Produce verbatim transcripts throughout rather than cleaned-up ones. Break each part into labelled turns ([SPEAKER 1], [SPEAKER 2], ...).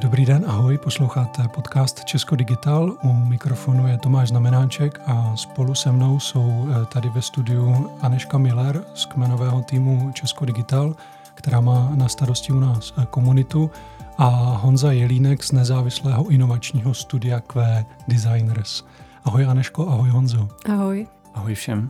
[SPEAKER 1] Dobrý den, ahoj, posloucháte podcast Česko Digital, u mikrofonu je Tomáš Znamenáček a spolu se mnou jsou tady ve studiu Anežka Miller z kmenového týmu Česko Digital, která má na starosti u nás komunitu, a Honza Jelínek z nezávislého inovačního studia Q Designers. Ahoj Anežko, ahoj Honzo.
[SPEAKER 2] Ahoj.
[SPEAKER 3] Ahoj všem.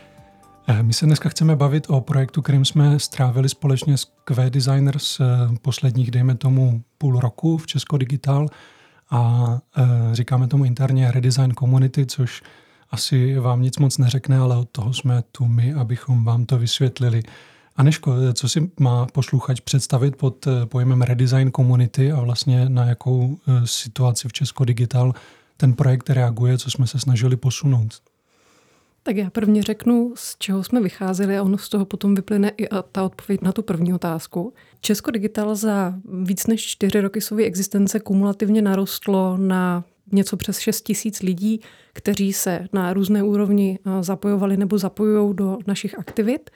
[SPEAKER 1] My se dneska chceme bavit o projektu, kterým jsme strávili společně s Q Designers posledních, dejme tomu, půl roku v Česko Digital a říkáme tomu interně Redesign Community, což asi vám nic moc neřekne, ale od toho jsme tu my, abychom vám to vysvětlili. Anežko, co si má posluchač představit pod pojmem Redesign Community a vlastně na jakou situaci v Česko Digital ten projekt reaguje, co jsme se snažili posunout?
[SPEAKER 2] Tak já prvně řeknu, z čeho jsme vycházeli a ono z toho potom vyplyne i ta odpověď na tu první otázku. Česko Digital za víc než čtyři roky své existence kumulativně narostlo na něco přes šest tisíc lidí, kteří se na různé úrovni zapojovali nebo zapojují do našich aktivit,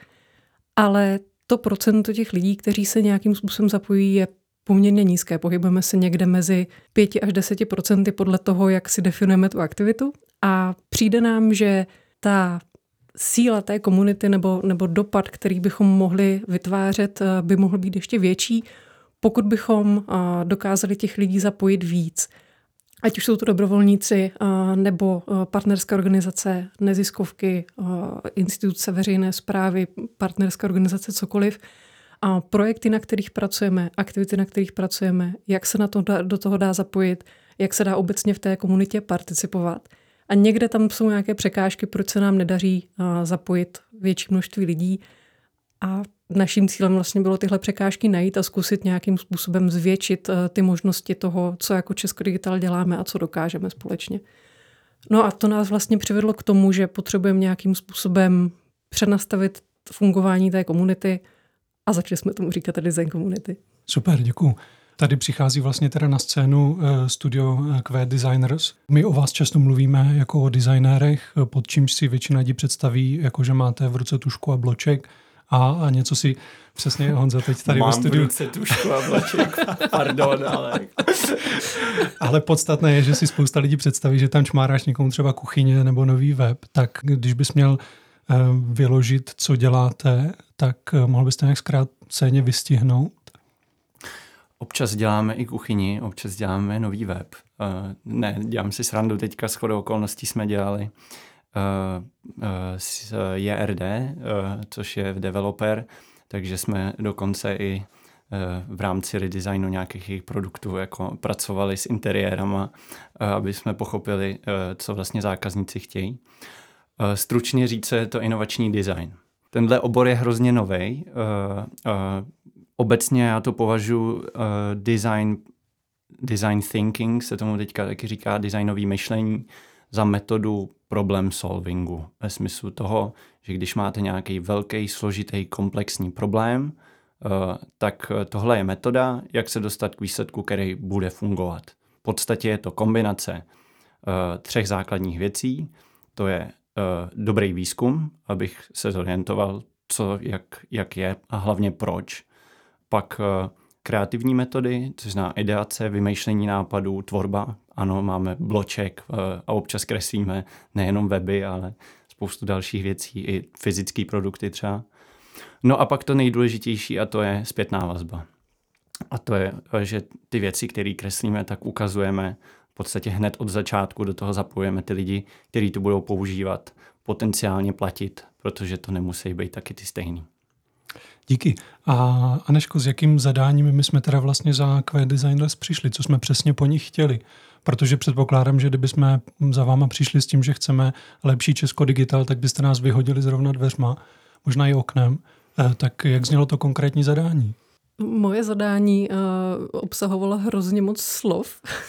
[SPEAKER 2] ale to procento těch lidí, kteří se nějakým způsobem zapojí, je poměrně nízké. Pohybujeme se někde mezi pět až deset procent podle toho, jak si definujeme tu aktivitu, a přijde nám, že ta síla té komunity nebo, nebo dopad, který bychom mohli vytvářet, by mohl být ještě větší, pokud bychom dokázali těch lidí zapojit víc. Ať už jsou to dobrovolníci nebo partnerské organizace, neziskovky, instituce veřejné správy, partnerské organizace, cokoliv. A projekty, na kterých pracujeme, aktivity, na kterých pracujeme, jak se na to dá, do toho dá zapojit, jak se dá obecně v té komunitě participovat. A někde tam jsou nějaké překážky, proč se nám nedaří zapojit větší množství lidí. A naším cílem vlastně bylo tyhle překážky najít a zkusit nějakým způsobem zvětšit ty možnosti toho, co jako Česko Digital děláme a co dokážeme společně. No a to nás vlastně přivedlo k tomu, že potřebujeme nějakým způsobem přenastavit fungování té komunity a začali jsme tomu říkat Design Community.
[SPEAKER 1] Super, děkuju. Tady přichází vlastně teda na scénu studio Q Designers. My o vás často mluvíme jako o designérech, pod čímž si většina lidí představí, jako že máte v ruce tužku a bloček a, a něco si přesně, Honza, teď tady
[SPEAKER 3] Mám
[SPEAKER 1] ve studiu.
[SPEAKER 3] Mám v ruce tužku a bloček, pardon, ale...
[SPEAKER 1] Ale podstatné je, že si spousta lidí představí, že tam čmáráš někomu třeba kuchyně nebo nový web, tak když bys měl vyložit, co děláte, tak mohl byste nějak zkráceně vystihnout?
[SPEAKER 3] Občas děláme i kuchyni, občas děláme nový web. Uh, ne, dělám si srandu, teďka shodou okolností jsme dělali uh, uh, s J R D, uh, což je developer, takže jsme dokonce i uh, v rámci redesignu nějakých jejich produktů jako pracovali s interiérama, uh, aby jsme pochopili, uh, co vlastně zákazníci chtějí. Uh, stručně říct, je to inovační design. Tenhle obor je hrozně novej. Uh, uh, Obecně já to považuji uh, design, design thinking, se tomu teďka taky říká designový myšlení, za metodu problem solvingu. Ve smyslu toho, že když máte nějaký velký, složitý, komplexní problém, uh, tak tohle je metoda, jak se dostat k výsledku, který bude fungovat. V podstatě je to kombinace uh, třech základních věcí. To je uh, dobrý výzkum, abych se zorientoval, co, jak, jak je a hlavně proč. Pak uh, kreativní metody, což znamená ideace, vymýšlení nápadů, tvorba. Ano, máme bloček uh, a občas kreslíme nejenom weby, ale spoustu dalších věcí, i fyzické produkty třeba. No a pak to nejdůležitější, a to je zpětná vazba. A to je, že ty věci, které kreslíme, tak ukazujeme v podstatě hned od začátku, do toho zapojujeme ty lidi, kteří to budou používat, potenciálně platit, protože to nemusí být taky ty stejný.
[SPEAKER 1] Díky. A Anežko, s jakým zadáním my jsme teda vlastně za Q Designers přišli? Co jsme přesně po nich chtěli? Protože předpokládám, že kdyby jsme za váma přišli s tím, že chceme lepší Česko Digital, tak byste nás vyhodili zrovna dveřma, možná i oknem. Tak jak znělo to konkrétní zadání?
[SPEAKER 2] Moje zadání uh, obsahovalo hrozně moc slov, uh,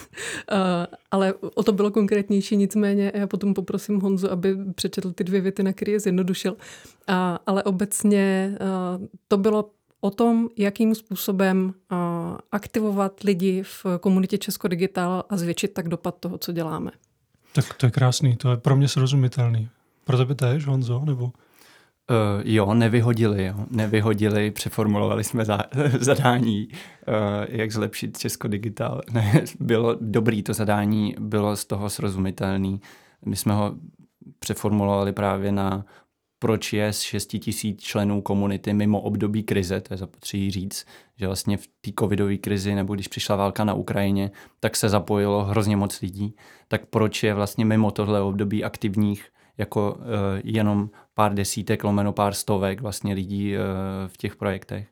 [SPEAKER 2] ale o to bylo konkrétnější, nicméně já potom poprosím Honzu, aby přečetl ty dvě věty, na které je zjednodušil. Uh, ale obecně uh, to bylo o tom, jakým způsobem uh, aktivovat lidi v komunitě Česko Digital a zvětšit tak dopad toho, co děláme.
[SPEAKER 1] Tak to je krásný, to je pro mě srozumitelný. Pro tebe též, Honzo, nebo...
[SPEAKER 3] Uh, jo, nevyhodili, jo. Nevyhodili, přeformulovali jsme za, zadání, uh, jak zlepšit Česko Digital. Ne, bylo dobrý to zadání, bylo z toho srozumitelný. My jsme ho přeformulovali právě na proč je z šesti tisíc členů komunity mimo období krize, to je zapotřebí říct, že vlastně v té covidové krizi nebo když přišla válka na Ukrajině, tak se zapojilo hrozně moc lidí. Tak proč je vlastně mimo tohle období aktivních jako uh, jenom pár desítek, lomeno pár stovek vlastně lidí uh, v těch projektech.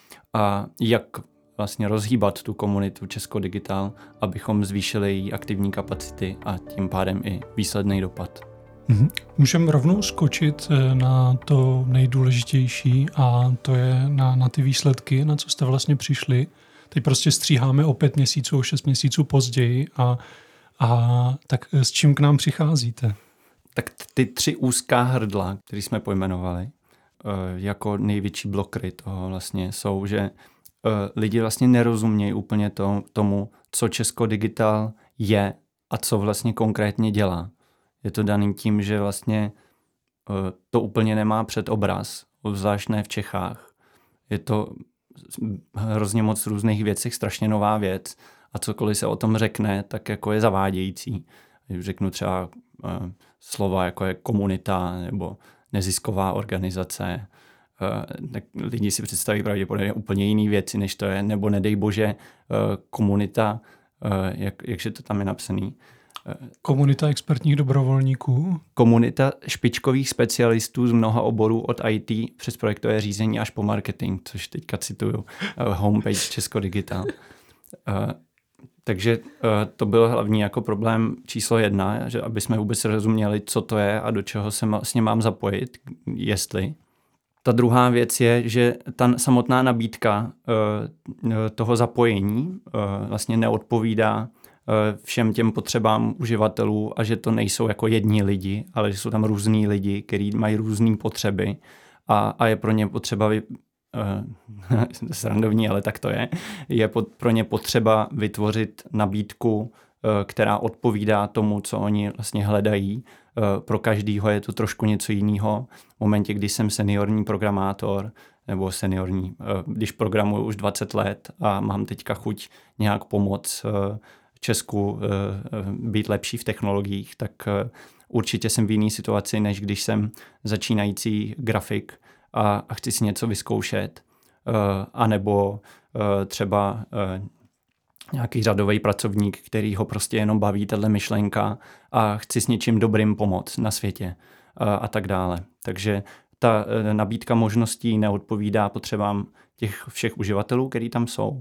[SPEAKER 3] A jak vlastně rozhýbat tu komunitu Česko Digital, abychom zvýšili její aktivní kapacity a tím pádem i výsledný dopad.
[SPEAKER 1] Mm-hmm. Můžeme rovnou skočit na to nejdůležitější a to je na, na ty výsledky, na co jste vlastně přišli. Teď prostě stříháme o pět měsíců, o šest měsíců později a, a tak s čím k nám přicházíte?
[SPEAKER 3] Tak ty tři úzká hrdla, které jsme pojmenovali, jako největší blokery toho vlastně jsou, že lidi vlastně nerozumějí úplně to, tomu, co Česko Digital je a co vlastně konkrétně dělá. Je to daný tím, že vlastně to úplně nemá předobraz, obzvlášť ne v Čechách. Je to hrozně moc různých věcí, strašně nová věc a cokoliv se o tom řekne, tak jako je zavádějící. Když řeknu třeba uh, slova jako je komunita nebo nezisková organizace, uh, tak lidi si představí pravděpodobně úplně jiný věci, než to je, nebo nedej bože uh, komunita, uh, jak, jakže to tam je napsaný.
[SPEAKER 1] Komunita expertních dobrovolníků.
[SPEAKER 3] Komunita špičkových specialistů z mnoha oborů od í té přes projektové řízení až po marketing, což teďka cituju, uh, homepage Česko Digital. Uh, Takže uh, to byl hlavní jako problém číslo jedna, že aby jsme vůbec rozuměli, co to je a do čeho se vlastně mám zapojit, jestli. Ta druhá věc je, že ta samotná nabídka uh, toho zapojení uh, vlastně neodpovídá uh, všem těm potřebám uživatelů a že to nejsou jako jedni lidi, ale že jsou tam různý lidi, kteří mají různé potřeby a, a je pro ně potřeba vy, Uh, srandovní, ale tak to je, je pod, pro ně potřeba vytvořit nabídku, uh, která odpovídá tomu, co oni vlastně hledají. Uh, pro každýho je to trošku něco jiného. V momentě, kdy jsem seniorní programátor, nebo seniorní, uh, když programuji už dvacet let a mám teďka chuť nějak pomoct uh, Česku uh, být lepší v technologiích, tak uh, určitě jsem v jiné situaci, než když jsem začínající grafik a, a chci si něco vyzkoušet, uh, anebo uh, třeba uh, nějaký řadový pracovník, který ho prostě jenom baví tato myšlenka a chci s něčím dobrým pomoct na světě uh, a tak dále. Takže ta uh, nabídka možností neodpovídá potřebám těch všech uživatelů, který tam jsou.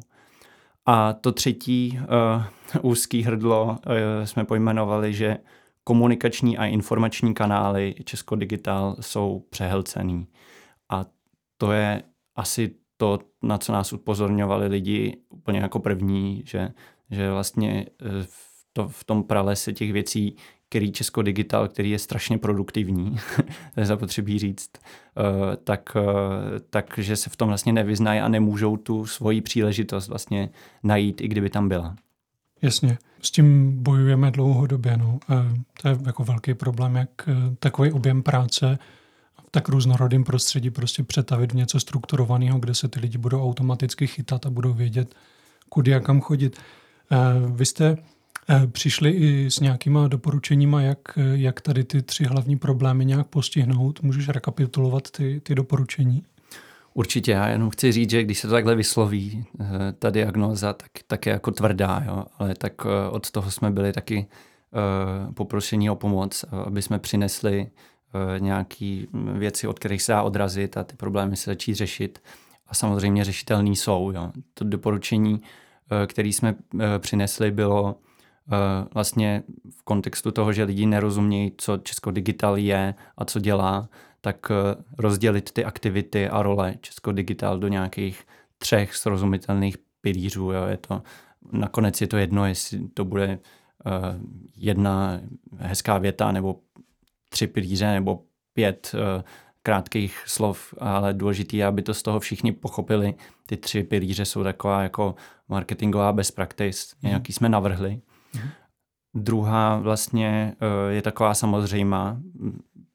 [SPEAKER 3] A to třetí uh, úzký hrdlo uh, jsme pojmenovali, že komunikační a informační kanály Česko Digital jsou přehlcený. A to je asi to, na co nás upozorňovali lidi úplně jako první, že, že vlastně v, to, v tom pralese těch věcí, který Česko Digital, který je strašně produktivní, to je zapotřebí říct, tak, takže se v tom vlastně nevyznají a nemůžou tu svoji příležitost vlastně najít, i kdyby tam byla.
[SPEAKER 1] Jasně, s tím bojujeme dlouhodobě. No. To je jako velký problém, jak takový objem práce v tak různorodém prostředí prostě přetavit v něco strukturovaného, kde se ty lidi budou automaticky chytat a budou vědět, kudy a kam chodit. Vy jste přišli i s nějakýma doporučeníma, jak, jak tady ty tři hlavní problémy nějak postihnout. Můžeš rekapitulovat ty, ty doporučení?
[SPEAKER 3] Určitě, já jenom chci říct, že když se to takhle vysloví, ta diagnóza, tak, tak je jako tvrdá, jo? Ale tak od toho jsme byli taky uh, poprošení o pomoc, aby jsme přinesli uh, nějaké věci, od kterých se dá odrazit a ty problémy se začít řešit. A samozřejmě řešitelný jsou. Jo? To doporučení, uh, které jsme uh, přinesli, bylo uh, vlastně v kontextu toho, že lidi nerozumějí, co Česko Digital je a co dělá, tak rozdělit ty aktivity a role Česko Digital do nějakých třech srozumitelných pilířů. Jo. Je to, nakonec je to jedno, jestli to bude uh, jedna hezká věta, nebo tři pilíře, nebo pět uh, krátkých slov, ale důležité je, aby to z toho všichni pochopili. Ty tři pilíře jsou taková jako marketingová best practice, mm. nějaký jsme navrhli. Mm. Druhá vlastně uh, je taková samozřejmá,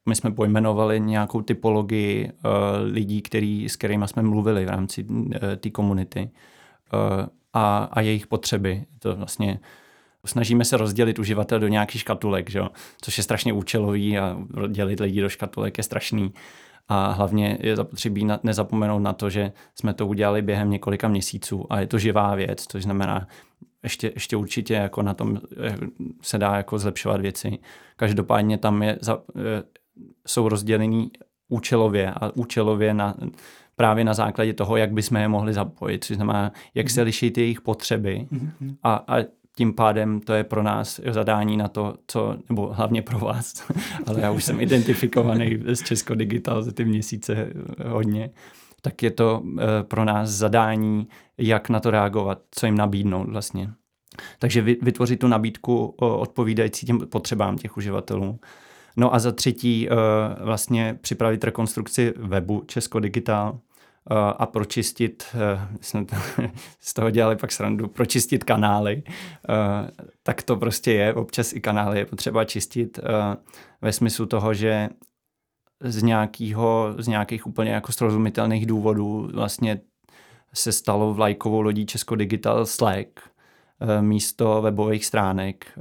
[SPEAKER 3] my jsme pojmenovali nějakou typologii uh, lidí, který, s kterými jsme mluvili v rámci uh, té komunity uh, a, a jejich potřeby. To vlastně snažíme se rozdělit uživatel do nějakých škatulek, že? Což je strašně účelový a dělit lidi do škatulek je strašný. A hlavně je zapotřebí nezapomenout na to, že jsme to udělali během několika měsíců a je to živá věc, což znamená, ještě, ještě určitě jako na tom se dá jako zlepšovat věci. Každopádně tam je, jsou rozdělení účelově a účelově na, právě na základě toho, jak bychom je mohli zapojit, což znamená, jak se liší ty jejich potřeby a, a tím pádem to je pro nás zadání na to, co, nebo hlavně pro vás, ale já už jsem identifikovaný z Česko Digital za ty měsíce hodně, tak je to pro nás zadání, jak na to reagovat, co jim nabídnout vlastně. Takže vytvořit tu nabídku odpovídající těm potřebám těch uživatelů. No a za třetí vlastně připravit rekonstrukci webu Česko Digital a pročistit, jsme z toho dělali pak srandu, pročistit kanály. Tak to prostě je, občas i kanály je potřeba čistit ve smyslu toho, že z nějakého, z nějakých úplně jako srozumitelných důvodů vlastně se stalo vlajkovou lodí Česko Digital Slack místo webových stránek.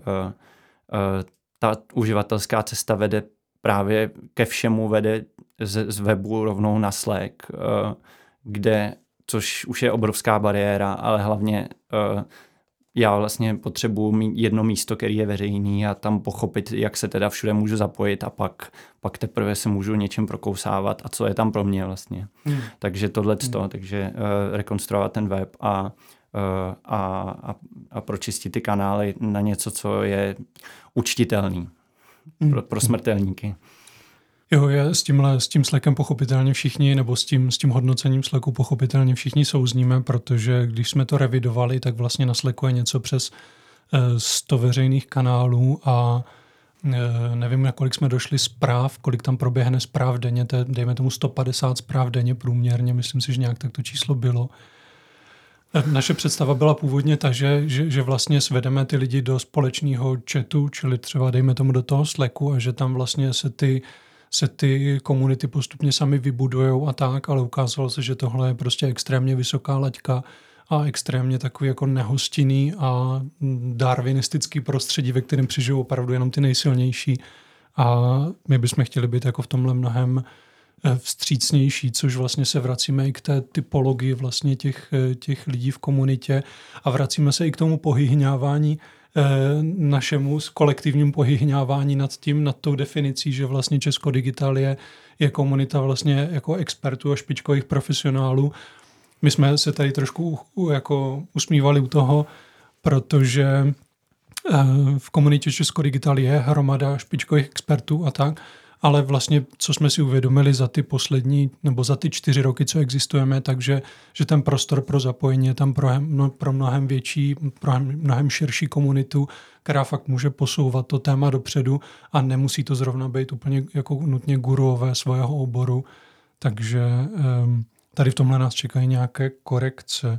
[SPEAKER 3] Ta uživatelská cesta vede právě ke všemu, vede z, z webu rovnou na Slack, kde, což už je obrovská bariéra, ale hlavně já vlastně potřebuji mít jedno místo, který je veřejný a tam pochopit, jak se teda všude můžu zapojit a pak, pak teprve se můžu něčem prokousávat a co je tam pro mě vlastně. Hmm. Takže tohleto, hmm. takže uh, rekonstruovat ten web a, uh, a, a, a pročistit ty kanály na něco, co je učtitelný hmm. pro, pro smrtelníky.
[SPEAKER 1] Jo, je s, tímhle, s tím Slackem pochopitelně všichni, nebo s tím, s tím hodnocením Slacku pochopitelně všichni souzníme, protože když jsme to revidovali, tak vlastně na Slacku je něco přes sto veřejných kanálů a nevím, na kolik jsme došli zpráv, kolik tam proběhne zpráv denně, to je, dejme tomu sto padesát zpráv denně průměrně, myslím si, že nějak tak to číslo bylo. Naše představa byla původně ta, že, že, že vlastně svedeme ty lidi do společného chatu, čili třeba dejme tomu do toho Slacku a že tam vlastně se ty se ty komunity postupně sami vybudujou a tak, ale ukázalo se, že tohle je prostě extrémně vysoká laťka a extrémně takový jako nehostinný a darwinistický prostředí, ve kterém přežijou opravdu jenom ty nejsilnější. A my bychom chtěli být jako v tomhle mnohem vstřícnější, což vlastně se vracíme i k té typologii vlastně těch, těch lidí v komunitě a vracíme se i k tomu pohyhňávání našemu kolektivnímu pohyhňávání nad tím, nad tou definicí, že vlastně Česko Digital je, je komunita vlastně jako expertů a špičkových profesionálů. My jsme se tady trošku jako usmívali u toho, protože v komunitě Česko Digital je hromada špičkových expertů a tak, ale vlastně, co jsme si uvědomili za ty poslední, nebo za ty čtyři roky, co existujeme, takže že ten prostor pro zapojení je tam pro, no, pro mnohem větší, pro mnohem širší komunitu, která fakt může posouvat to téma dopředu a nemusí to zrovna být úplně jako nutně guruové svého oboru. Takže um, tady v tomhle nás čekají nějaké korekce.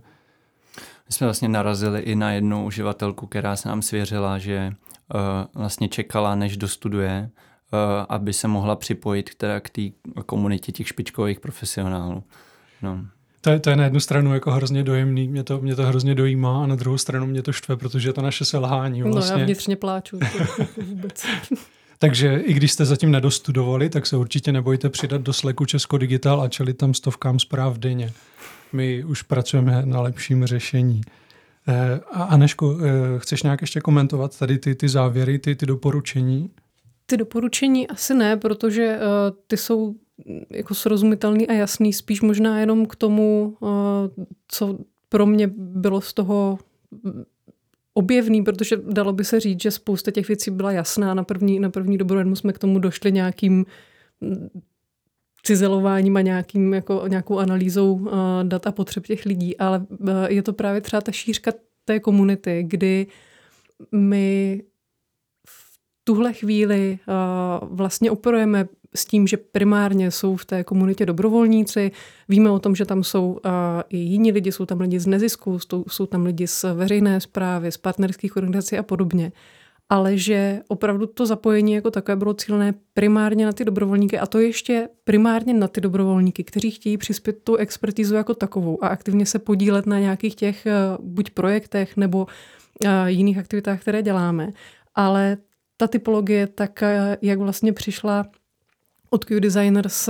[SPEAKER 3] My jsme vlastně narazili i na jednu uživatelku, která se nám svěřila, že uh, vlastně čekala, než dostuduje, aby se mohla připojit teda k té komunitě těch špičkových profesionálů. No.
[SPEAKER 1] To je, to je na jednu stranu jako hrozně dojemný, mě to, mě to hrozně dojímá a na druhou stranu mě to štve, protože je to naše selhání. Vlastně.
[SPEAKER 2] No já vnitřně pláču. Vůbec.
[SPEAKER 1] Takže i když jste zatím nedostudovali, tak se určitě nebojte přidat do Slacku Česko Digital a čelit tam stovkám zpráv denně. My už pracujeme na lepším řešení. A Anežko, chceš nějak ještě komentovat tady ty, ty závěry, ty, ty doporučení?
[SPEAKER 2] Ty doporučení asi ne, protože uh, ty jsou jako srozumitelný a jasný, spíš možná jenom k tomu, uh, co pro mě bylo z toho objevný, protože dalo by se říct, že spousta těch věcí byla jasná. Na první, na první dobrou jednu jsme k tomu došli nějakým cizelováním a nějakým, jako, nějakou analýzou uh, dat a potřeb těch lidí, ale uh, je to právě třeba ta šířka té komunity, kdy my tuhle chvíli uh, vlastně operujeme s tím, že primárně jsou v té komunitě dobrovolníci. Víme o tom, že tam jsou uh, i jiní lidi, jsou tam lidi z nezisku, jsou, jsou tam lidi z veřejné správy, z partnerských organizací a podobně. ale že opravdu to zapojení jako takové bylo cílené primárně na ty dobrovolníky a to ještě primárně na ty dobrovolníky, kteří chtějí přispět tu expertizu jako takovou a aktivně se podílet na nějakých těch buď projektech nebo jiných aktivitách, které děláme. Ale ta typologie, tak jak vlastně přišla od Q Designers,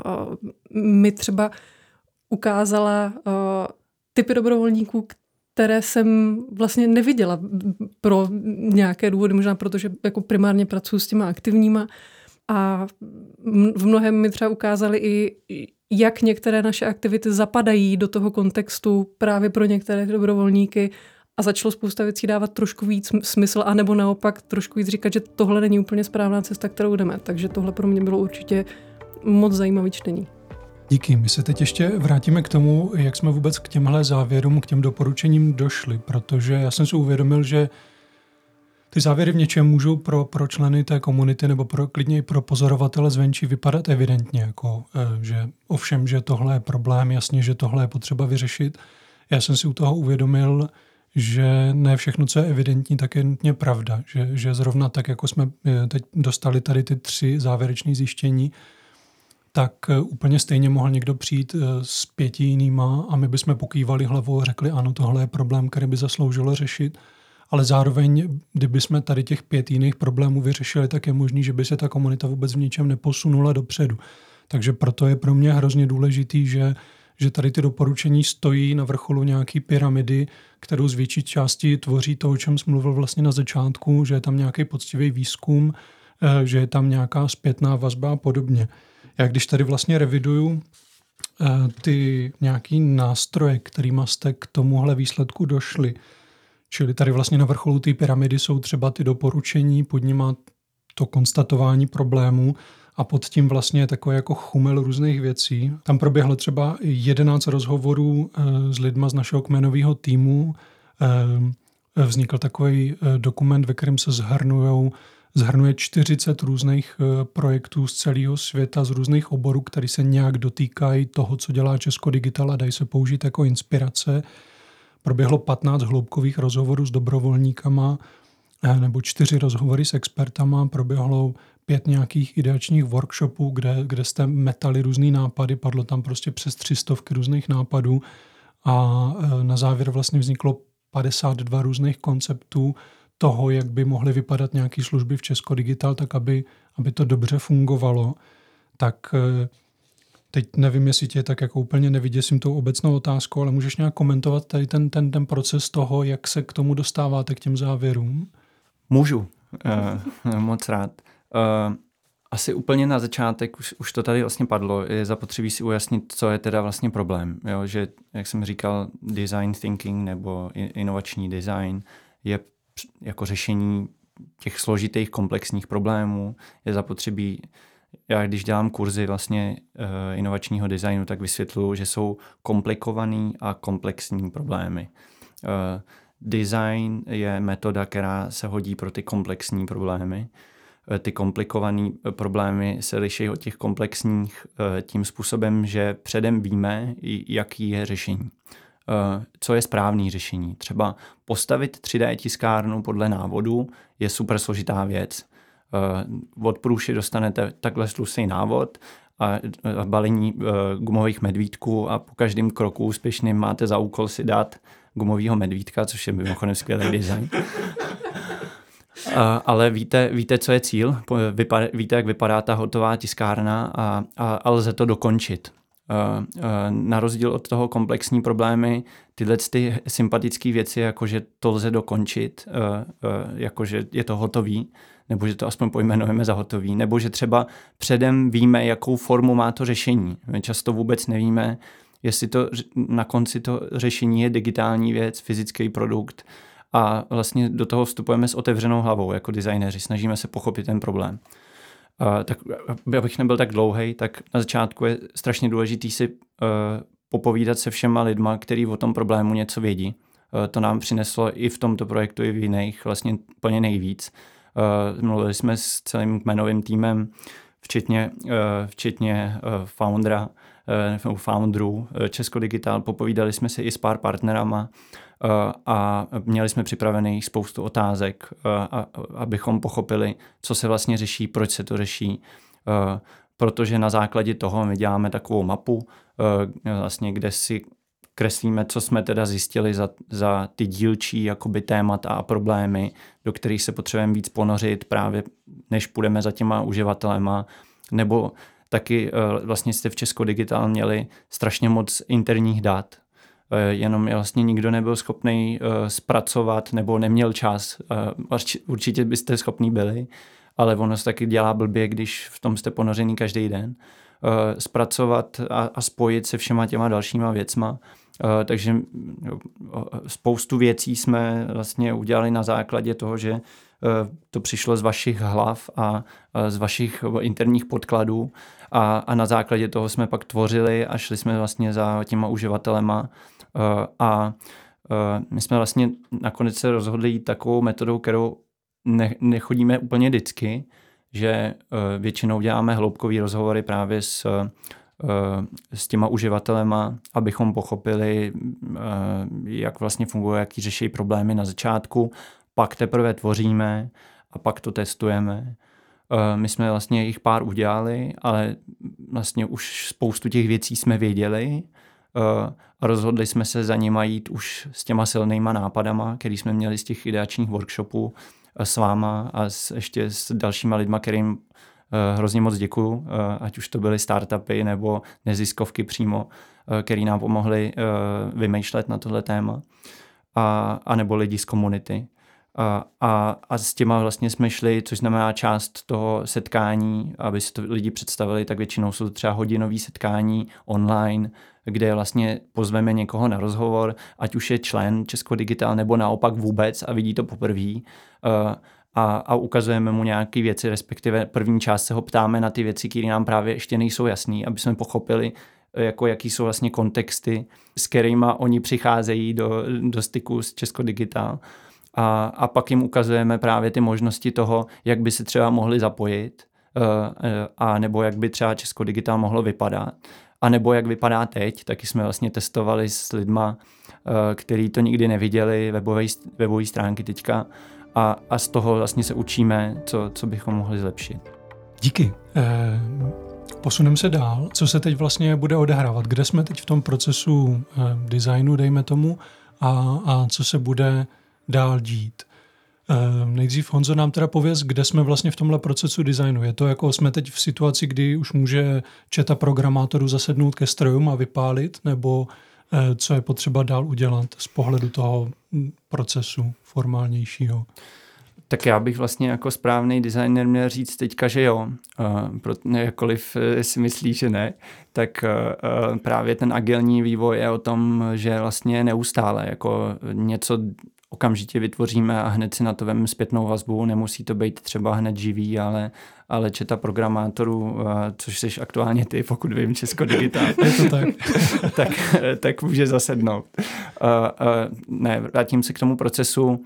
[SPEAKER 2] mi třeba ukázala typy dobrovolníků, které jsem vlastně neviděla pro nějaké důvody, možná protože jako primárně pracuji s těma aktivníma a v mnohem mi třeba ukázali i, jak některé naše aktivity zapadají do toho kontextu právě pro některé dobrovolníky a začalo spousta věcí dávat trošku víc smysl, anebo naopak trošku víc říkat, že tohle není úplně správná cesta, kterou jdeme. Takže tohle pro mě bylo určitě moc zajímavý čtení.
[SPEAKER 1] Díky. My se teď ještě vrátíme k tomu, jak jsme vůbec k těmhle závěrům, k těm doporučením došli, protože já jsem si uvědomil, že ty závěry v něčem můžou pro, pro členy té komunity nebo pro, klidně i pro pozorovatele zvenčí vypadat evidentně, jako, že ovšem, že tohle je problém, jasně, že tohle je potřeba vyřešit. Já jsem si u toho uvědomil, že ne všechno, co je evidentní, tak je nutně pravda. Že, že zrovna tak, jako jsme teď dostali tady ty tři závěrečné zjištění, tak úplně stejně mohl někdo přijít s pěti jinýma a my bychom pokývali hlavou a řekli, ano, tohle je problém, který by zasloužilo řešit. Ale zároveň, kdyby jsme tady těch pět jiných problémů vyřešili, tak je možný, že by se ta komunita vůbec v ničem neposunula dopředu. Takže proto je pro mě hrozně důležitý, že že tady ty doporučení stojí na vrcholu nějaký pyramidy, kterou z větší části tvoří to, o čem jsem mluvil vlastně na začátku, že je tam nějaký poctivý výzkum, že je tam nějaká zpětná vazba a podobně. Já když tady vlastně reviduju ty nějaký nástroje, kterýma jste k tomuhle výsledku došli, čili tady vlastně na vrcholu té pyramidy jsou třeba ty doporučení, pod nima to konstatování problémů, a pod tím vlastně je takový jako chumel různých věcí. Tam proběhlo třeba jedenáct rozhovorů s lidma z našeho kmenového týmu. Vznikl takový dokument, ve kterém se zhrnujou, zhrnuje čtyřicet různých projektů z celého světa, z různých oborů, které se nějak dotýkají toho, co dělá Česko Digital a dají se použít jako inspirace. Proběhlo patnáct hloubkových rozhovorů s dobrovolníkama nebo čtyři rozhovory s expertama, proběhlo pět nějakých ideačních workshopů, kde, kde jste metali různý nápady, padlo tam prostě přes tři stovky různých nápadů a na závěr vlastně vzniklo padesát dva různých konceptů toho, jak by mohly vypadat nějaké služby v Česko Digital, tak aby, aby to dobře fungovalo. Tak teď nevím, jestli tě tak jako úplně nevyděsím tou obecnou otázkou, ale můžeš nějak komentovat tady ten, ten, ten proces toho, jak se k tomu dostáváte, k těm závěrům?
[SPEAKER 3] Můžu. Uh, moc rád. Uh, asi úplně na začátek, už, už to tady vlastně padlo, je zapotřebí si ujasnit, co je teda vlastně problém. Jo? Že, jak jsem říkal, design thinking nebo inovační design je jako řešení těch složitých komplexních problémů. Je zapotřebí, já když dělám kurzy vlastně uh, inovačního designu, tak vysvětluju, že jsou komplikovaný a komplexní problémy. Uh, design je metoda, která se hodí pro ty komplexní problémy. Ty komplikované problémy se liší od těch komplexních tím způsobem, že předem víme, jaký je řešení. Co je správný řešení. Třeba postavit tři dé tiskárnu podle návodu je super složitá věc. Od průši dostanete takhle tlustý návod a balení gumových medvídků a po každém kroku úspěšným máte za úkol si dát gumového medvídka, což je mimochodem skvělý design. Uh, ale víte, víte, co je cíl, Vypadá, víte, jak vypadá ta hotová tiskárna a, a, a lze to dokončit. Uh, uh, na rozdíl od toho komplexní problémy, tyhle ty sympatické věci, jakože to lze dokončit, uh, uh, jakože je to hotový, nebo že to aspoň pojmenujeme za hotový, nebo že třeba předem víme, jakou formu má to řešení. My často vůbec nevíme, jestli to na konci to řešení je digitální věc, fyzický produkt, a vlastně do toho vstupujeme s otevřenou hlavou jako designéři. Snažíme se pochopit ten problém. Uh, tak abych nebyl tak dlouhej, tak na začátku je strašně důležitý si uh, popovídat se všema lidma, kteří o tom problému něco vědí. Uh, to nám přineslo i v tomto projektu, i v jiných vlastně plně nejvíc. Uh, mluvili jsme s celým kmenovým týmem, včetně, uh, včetně uh, foundera nebo founderů Česko Digital, popovídali jsme si i s pár partnerama a měli jsme připravených spoustu otázek, abychom pochopili, co se vlastně řeší, proč se to řeší, protože na základě toho my děláme takovou mapu, vlastně, kde si kreslíme, co jsme teda zjistili za, za ty dílčí jakoby témata a problémy, do kterých se potřebujeme víc ponořit právě, než půjdeme za těma uživatelema, nebo taky vlastně jste v Česko Digital měli strašně moc interních dat, jenom je vlastně nikdo nebyl schopný zpracovat nebo neměl čas. Určitě byste schopní byli, ale ono se taky dělá blbě, když v tom jste ponořený každý den. Zpracovat a, a spojit se všema těma dalšíma věcma. Takže spoustu věcí jsme vlastně udělali na základě toho, že to přišlo z vašich hlav a z vašich interních podkladů a, a na základě toho jsme pak tvořili a šli jsme vlastně za těma uživatelema a my jsme vlastně nakonec se rozhodli jít takovou metodou, kterou ne, nechodíme úplně vždycky, že většinou děláme hloubkový rozhovory právě s, s těma uživatelema, abychom pochopili, jak vlastně funguje, jaký řeší problémy na začátku, pak teprve tvoříme a pak to testujeme. My jsme vlastně jich pár udělali, ale vlastně už spoustu těch věcí jsme věděli a rozhodli jsme se za nima jít už s těma silnýma nápadama, který jsme měli z těch ideačních workshopů s váma a s, ještě s dalšíma lidma, kterým hrozně moc děkuju, ať už to byly startupy nebo neziskovky přímo, který nám pomohli vymýšlet na tohle téma, a, a nebo lidi z komunity. A, a, a s těma vlastně jsme šli, což znamená část toho setkání, aby si to lidi představili, tak většinou jsou to třeba hodinové setkání online, kde vlastně pozveme někoho na rozhovor, ať už je člen Česko Digital nebo naopak vůbec a vidí to poprvé. A, a ukazujeme mu nějaké věci, respektive první část se ho ptáme na ty věci, které nám právě ještě nejsou jasný, aby jsme pochopili, jako jaký jsou vlastně kontexty, s kterými oni přicházejí do, do styku s Česko Digital. A, a pak jim ukazujeme právě ty možnosti toho, jak by se třeba mohli zapojit, a nebo jak by třeba Česko Digital mohlo vypadat. A nebo jak vypadá teď, taky jsme vlastně testovali s lidma, kteří to nikdy neviděli, webové, webové stránky teďka, a, a z toho vlastně se učíme, co, co bychom mohli zlepšit.
[SPEAKER 1] Díky. Eh, posuneme se dál. Co se teď vlastně bude odehrávat? Kde jsme teď v tom procesu eh, designu, dejme tomu, a, a co se bude dál dít? Eh, nejdřív Honzo nám teda pověz, kde jsme vlastně v tomhle procesu designu. Je to jako jsme teď v situaci, kdy už může četa programátorů zasednout ke strojům a vypálit, nebo eh, co je potřeba dál udělat z pohledu toho procesu formálnějšího?
[SPEAKER 3] Tak já bych vlastně jako správný designer měl říct teďka, že jo. Uh, jakkoliv si myslí, že ne, tak uh, právě ten agilní vývoj je o tom, že vlastně neustále jako něco okamžitě vytvoříme a hned si na to vem zpětnou vazbu. Nemusí to být třeba hned živý, ale, ale četa programátorů, uh, což jsi aktuálně ty, pokud vím, Česko Digital.
[SPEAKER 1] Je to tak.
[SPEAKER 3] tak, tak může zasednout. Uh, uh, ne, vrátím se k tomu procesu. Uh,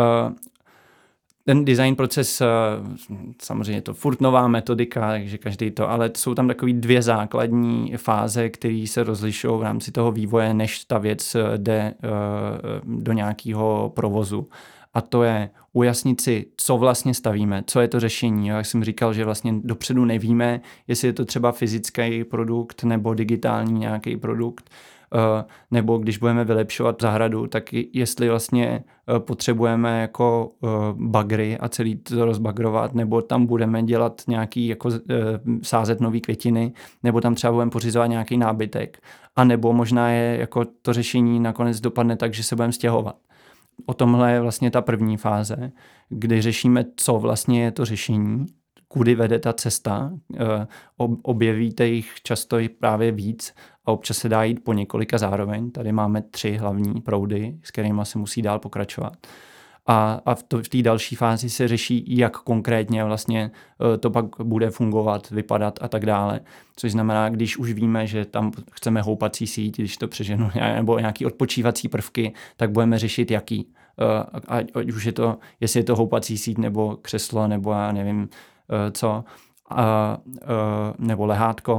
[SPEAKER 3] Ten design proces, samozřejmě je to furt nová metodika, takže každý to, ale jsou tam takové dvě základní fáze, které se rozlišují v rámci toho vývoje, než ta věc jde do nějakého provozu. A to je ujasnit si, co vlastně stavíme, co je to řešení. Jak jsem říkal, že vlastně dopředu nevíme, jestli je to třeba fyzický produkt nebo digitální nějaký produkt, nebo když budeme vylepšovat zahradu, tak jestli vlastně potřebujeme jako bagry a celý to rozbagrovat, nebo tam budeme dělat nějaký, jako sázet nový květiny, nebo tam třeba budeme pořizovat nějaký nábytek, a nebo možná je jako to řešení nakonec dopadne tak, že se budeme stěhovat. O tomhle je vlastně ta první fáze, kdy řešíme, co vlastně je to řešení, kudy vede ta cesta, objevíte jich často právě víc a občas se dá jít po několika zároveň. Tady máme tři hlavní proudy, s kterými se musí dál pokračovat. A, a v, to, v té další fázi se řeší, jak konkrétně vlastně to pak bude fungovat, vypadat a tak dále. Což znamená, když už víme, že tam chceme houpací síť, když to přeženu, nebo nějaký odpočívací prvky, tak budeme řešit jaký. Ať už je to, jestli je to houpací síť nebo křeslo, nebo já nevím co, a, nebo lehátko,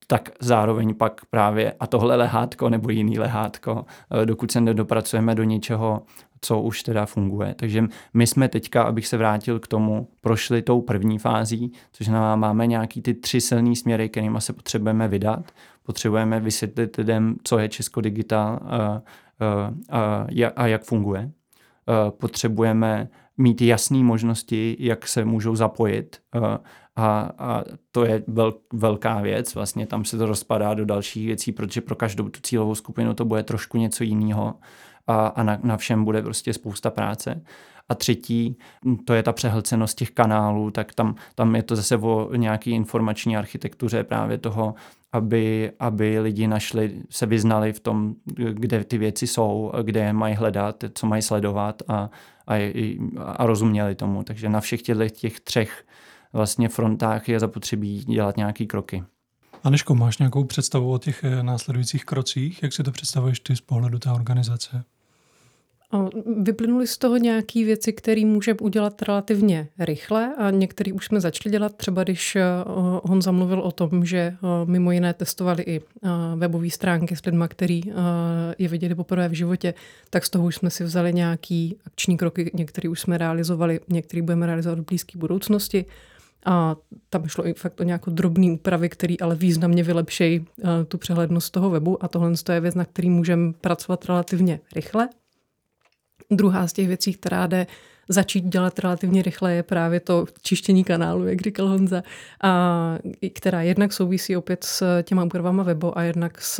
[SPEAKER 3] tak zároveň pak právě a tohle lehátko nebo jiný lehátko, dokud se nedopracujeme do něčeho, co už teda funguje. Takže my jsme teďka, abych se vrátil k tomu, prošli tou první fází, což znamená, máme nějaký ty tři silný směry, kterými se potřebujeme vydat. Potřebujeme vysvětlit lidem, co je Česko Digital a, a, a, a jak funguje. Potřebujeme mít jasné možnosti, jak se můžou zapojit a, a to je vel, velká věc. Vlastně tam se to rozpadá do dalších věcí, protože pro každou tu cílovou skupinu to bude trošku něco jiného a, a na, na všem bude prostě spousta práce. A třetí, to je ta přehlcenost těch kanálů, tak tam, tam je to zase o nějaký informační architektuře právě toho, aby, aby lidi našli, se vyznali v tom, kde ty věci jsou, kde je mají hledat, co mají sledovat a, a, a rozuměli tomu. Takže na všech těchto těch třech vlastně frontách je zapotřebí dělat nějaký kroky.
[SPEAKER 1] Anežko, máš nějakou představu o těch následujících krocích? Jak si to představuješ ty z pohledu té organizace?
[SPEAKER 2] Vyplynuly z toho nějaké věci, které můžeme udělat relativně rychle a některé už jsme začali dělat. Třeba když Honza mluvil o tom, že mimo jiné testovali i webové stránky s lidmi, který je viděli poprvé v životě, tak z toho už jsme si vzali nějaký akční kroky, některé už jsme realizovali, některé budeme realizovat v blízké budoucnosti. A tam šlo i fakt o nějakou drobný úpravy, který ale významně vylepšejí tu přehlednost toho webu a tohle je věc, na který můžeme pracovat relativně rychle. Druhá z těch věcí, která jde začít dělat relativně rychle, je právě to čištění kanálu, jak říkal Honza, a která jednak souvisí opět s těma úpravama webu a jednak s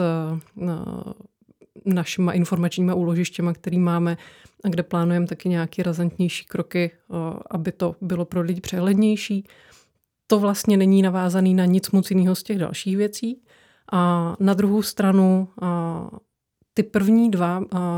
[SPEAKER 2] našima informačníma úložištěma, který máme a kde plánujeme taky nějaké razantnější kroky, aby to bylo pro lidi přehlednější. To vlastně není navázaný na nic moc jiného z těch dalších věcí. A na druhou stranu ty první dva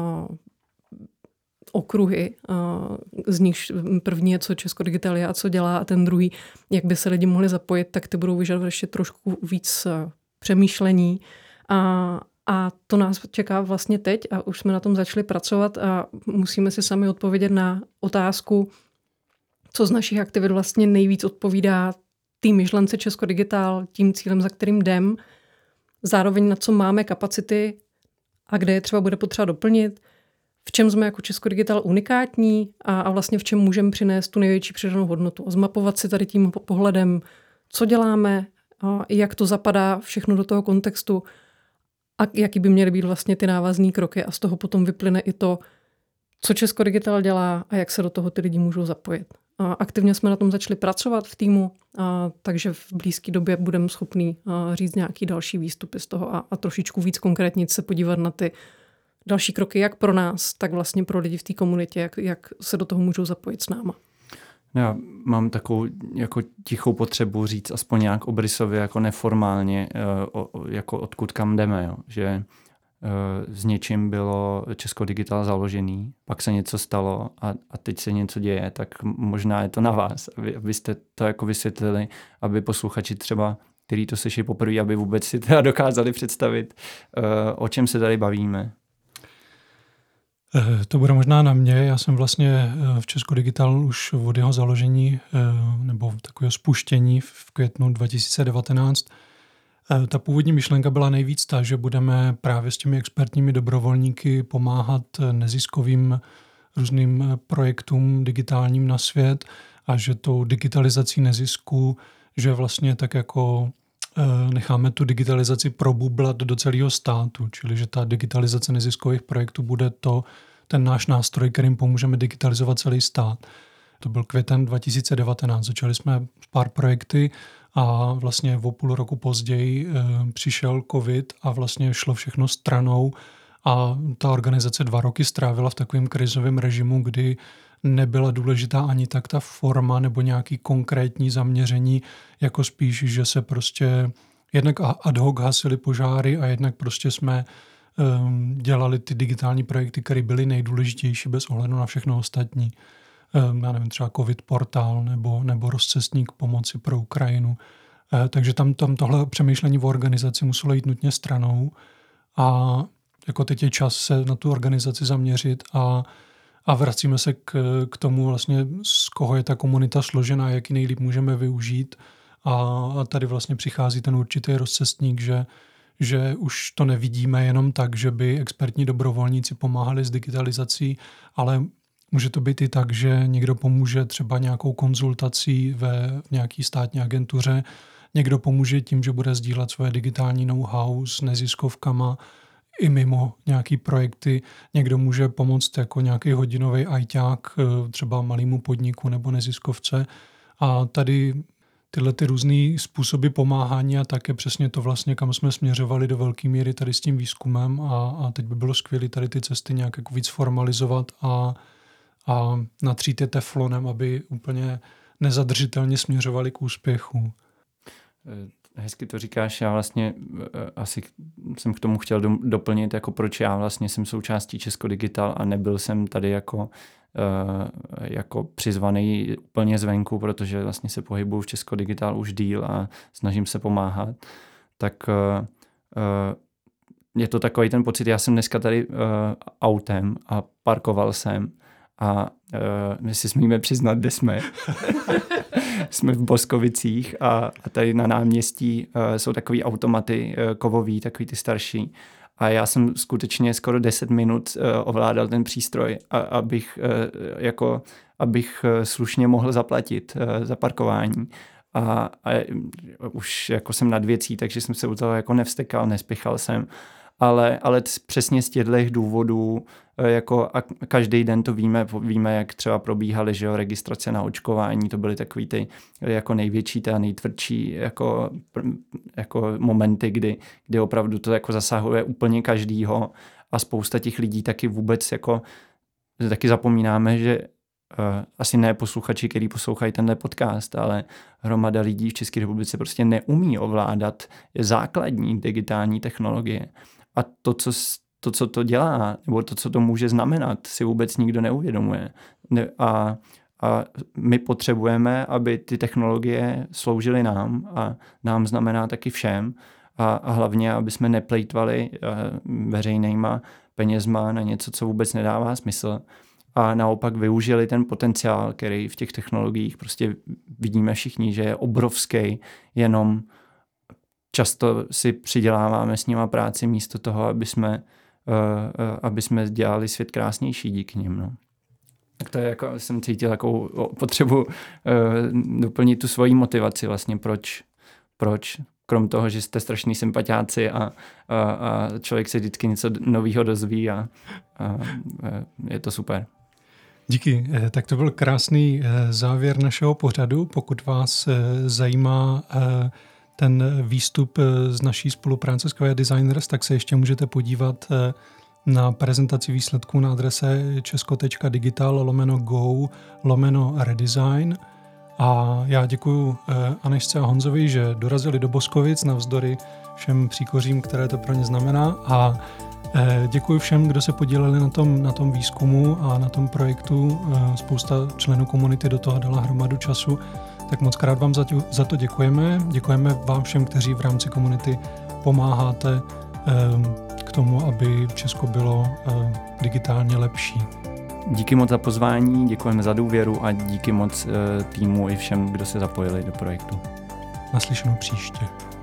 [SPEAKER 2] okruhy, z nich první je, co Česko Digital je a co dělá, a ten druhý, jak by se lidi mohli zapojit, tak ty budou vyžadovat ještě trošku víc přemýšlení. A, a to nás čeká vlastně teď a už jsme na tom začali pracovat a musíme si sami odpovědět na otázku, co z našich aktivit vlastně nejvíc odpovídá té myšlence Česko Digital, tím cílem, za kterým jdem, zároveň na co máme kapacity a kde je třeba bude potřeba doplnit, v čem jsme jako Česko Digital unikátní a, a vlastně v čem můžeme přinést tu největší přidanou hodnotu. A zmapovat si tady tím pohledem, co děláme, a jak to zapadá všechno do toho kontextu a jaký by měly být vlastně ty návazné kroky a z toho potom vyplyne i to, co Česko Digital dělá a jak se do toho ty lidi můžou zapojit. A aktivně jsme na tom začali pracovat v týmu, a takže v blízké době budeme schopní říct nějaký další výstupy z toho a, a trošičku víc konkrétně se podívat na ty další kroky, jak pro nás, tak vlastně pro lidi v té komunitě, jak, jak se do toho můžou zapojit s náma.
[SPEAKER 3] Já mám takovou jako tichou potřebu říct aspoň nějak obrysově, jako neformálně, jako odkud kam jdeme, jo. Že s něčím bylo Česko Digital založený, pak se něco stalo a, a teď se něco děje, tak možná je to na vás, aby, abyste to jako vysvětlili, aby posluchači třeba, který to slyší poprvé, aby vůbec si teda dokázali představit, o čem se tady bavíme.
[SPEAKER 1] To bude možná na mě. Já jsem vlastně v Česko Digital už od jeho založení nebo takového spuštění v květnu dva tisíce devatenáct. Ta původní myšlenka byla nejvíc ta, že budeme právě s těmi expertními dobrovolníky pomáhat neziskovým různým projektům digitálním na svět a že tou digitalizací nezisku, že vlastně tak jako necháme tu digitalizaci probublat do celého státu, čili že ta digitalizace neziskových projektů bude to, ten náš nástroj, kterým pomůžeme digitalizovat celý stát. To byl květen dva tisíce devatenáct. Začali jsme pár projekty a vlastně o půl roku později e, přišel covid a vlastně šlo všechno stranou a ta organizace dva roky strávila v takovém krizovém režimu, kdy nebyla důležitá ani tak ta forma nebo nějaký konkrétní zaměření, jako spíš, že se prostě jednak ad hoc hasily požáry a jednak prostě jsme um, dělali ty digitální projekty, které byly nejdůležitější bez ohledu na všechno ostatní. Um, já nevím, třeba COVID portál nebo, nebo rozcestník pomoci pro Ukrajinu. Uh, takže tam, tam tohle přemýšlení o organizaci muselo jít nutně stranou a jako teď je čas se na tu organizaci zaměřit a A vracíme se k, k tomu vlastně, z koho je ta komunita složená, jak ji nejlíp můžeme využít a tady vlastně přichází ten určitý rozcestník, že, že už to nevidíme jenom tak, že by expertní dobrovolníci pomáhali s digitalizací, ale může to být i tak, že někdo pomůže třeba nějakou konzultací ve v nějaké státní agentuře, někdo pomůže tím, že bude sdílet svoje digitální know-how s neziskovkama i mimo nějaký projekty. Někdo může pomoct jako nějaký hodinový ajťák třeba malému podniku nebo neziskovce. A tady tyhle ty různý způsoby pomáhání a také přesně to vlastně, kam jsme směřovali do velké míry tady s tím výzkumem a, a teď by bylo skvělé tady ty cesty nějak jako víc formalizovat a, a natřít je teflonem, aby úplně nezadržitelně směřovali k úspěchu.
[SPEAKER 3] Hezky to říkáš, já vlastně asi jsem k tomu chtěl doplnit, jako proč já vlastně jsem součástí Česko Digital a nebyl jsem tady jako, jako přizvaný úplně zvenku, protože vlastně se pohybuju v Česko Digital už díl a snažím se pomáhat. Tak je to takový ten pocit, já jsem dneska tady autem a parkoval jsem a my si smíme přiznat, kde jsme. Jsme v Boskovicích a, a tady na náměstí uh, jsou takový automaty uh, kovový, takový ty starší. A já jsem skutečně skoro deset minut uh, ovládal ten přístroj, a, abych, uh, jako, abych uh, slušně mohl zaplatit uh, za parkování. A, a už jako jsem nad věcí, takže jsem se u toho jako nevstekal, nespěchal jsem. Ale, ale přesně z těchto důvodů, jako a každý den to víme, víme, jak třeba probíhaly, že jo, registrace na očkování, to byly takový ty jako největší a nejtvrdší jako, jako momenty, kdy, kdy opravdu to jako zasahuje úplně každýho a spousta těch lidí taky vůbec jako, taky zapomínáme, že Uh, asi ne posluchači, který poslouchají tenhle podcast, ale hromada lidí v České republice prostě neumí ovládat základní digitální technologie. A to, co to, co to dělá, nebo to, co to může znamenat, si vůbec nikdo neuvědomuje. A, a my potřebujeme, aby ty technologie sloužily nám a nám znamená taky všem a, a hlavně, aby jsme neplejtvali uh, veřejnýma penězma na něco, co vůbec nedává smysl. A naopak využili ten potenciál, který v těch technologiích prostě vidíme všichni, že je obrovský, jenom často si přiděláváme s nima práci místo toho, aby jsme, uh, uh, aby jsme dělali svět krásnější díky nim. No. Tak to je jako, jsem cítil takovou potřebu uh, doplnit tu svoji motivaci vlastně, proč, proč krom toho, že jste strašný sympatiáci a, a, a člověk se vždycky něco nového dozví a, a je to super.
[SPEAKER 1] Díky. Tak to byl krásný závěr našeho pořadu. Pokud vás zajímá ten výstup z naší spolupráce s Q Designers, tak se ještě můžete podívat na prezentaci výsledků na adrese česko.digital lomeno go lomeno redesign. A já děkuju Anežce a Honzovi, že dorazili do Boskovic navzdory všem příkořím, které to pro ně znamená. A děkuji všem, kdo se podíleli na tom, na tom výzkumu a na tom projektu. Spousta členů komunity do toho dala hromadu času. Tak moc krát vám za, tě, za to děkujeme. Děkujeme vám všem, kteří v rámci komunity pomáháte k tomu, aby Česko bylo digitálně lepší.
[SPEAKER 3] Díky moc za pozvání, děkujeme za důvěru a díky moc týmu i všem, kdo se zapojili do projektu.
[SPEAKER 1] Naslyšenou příště.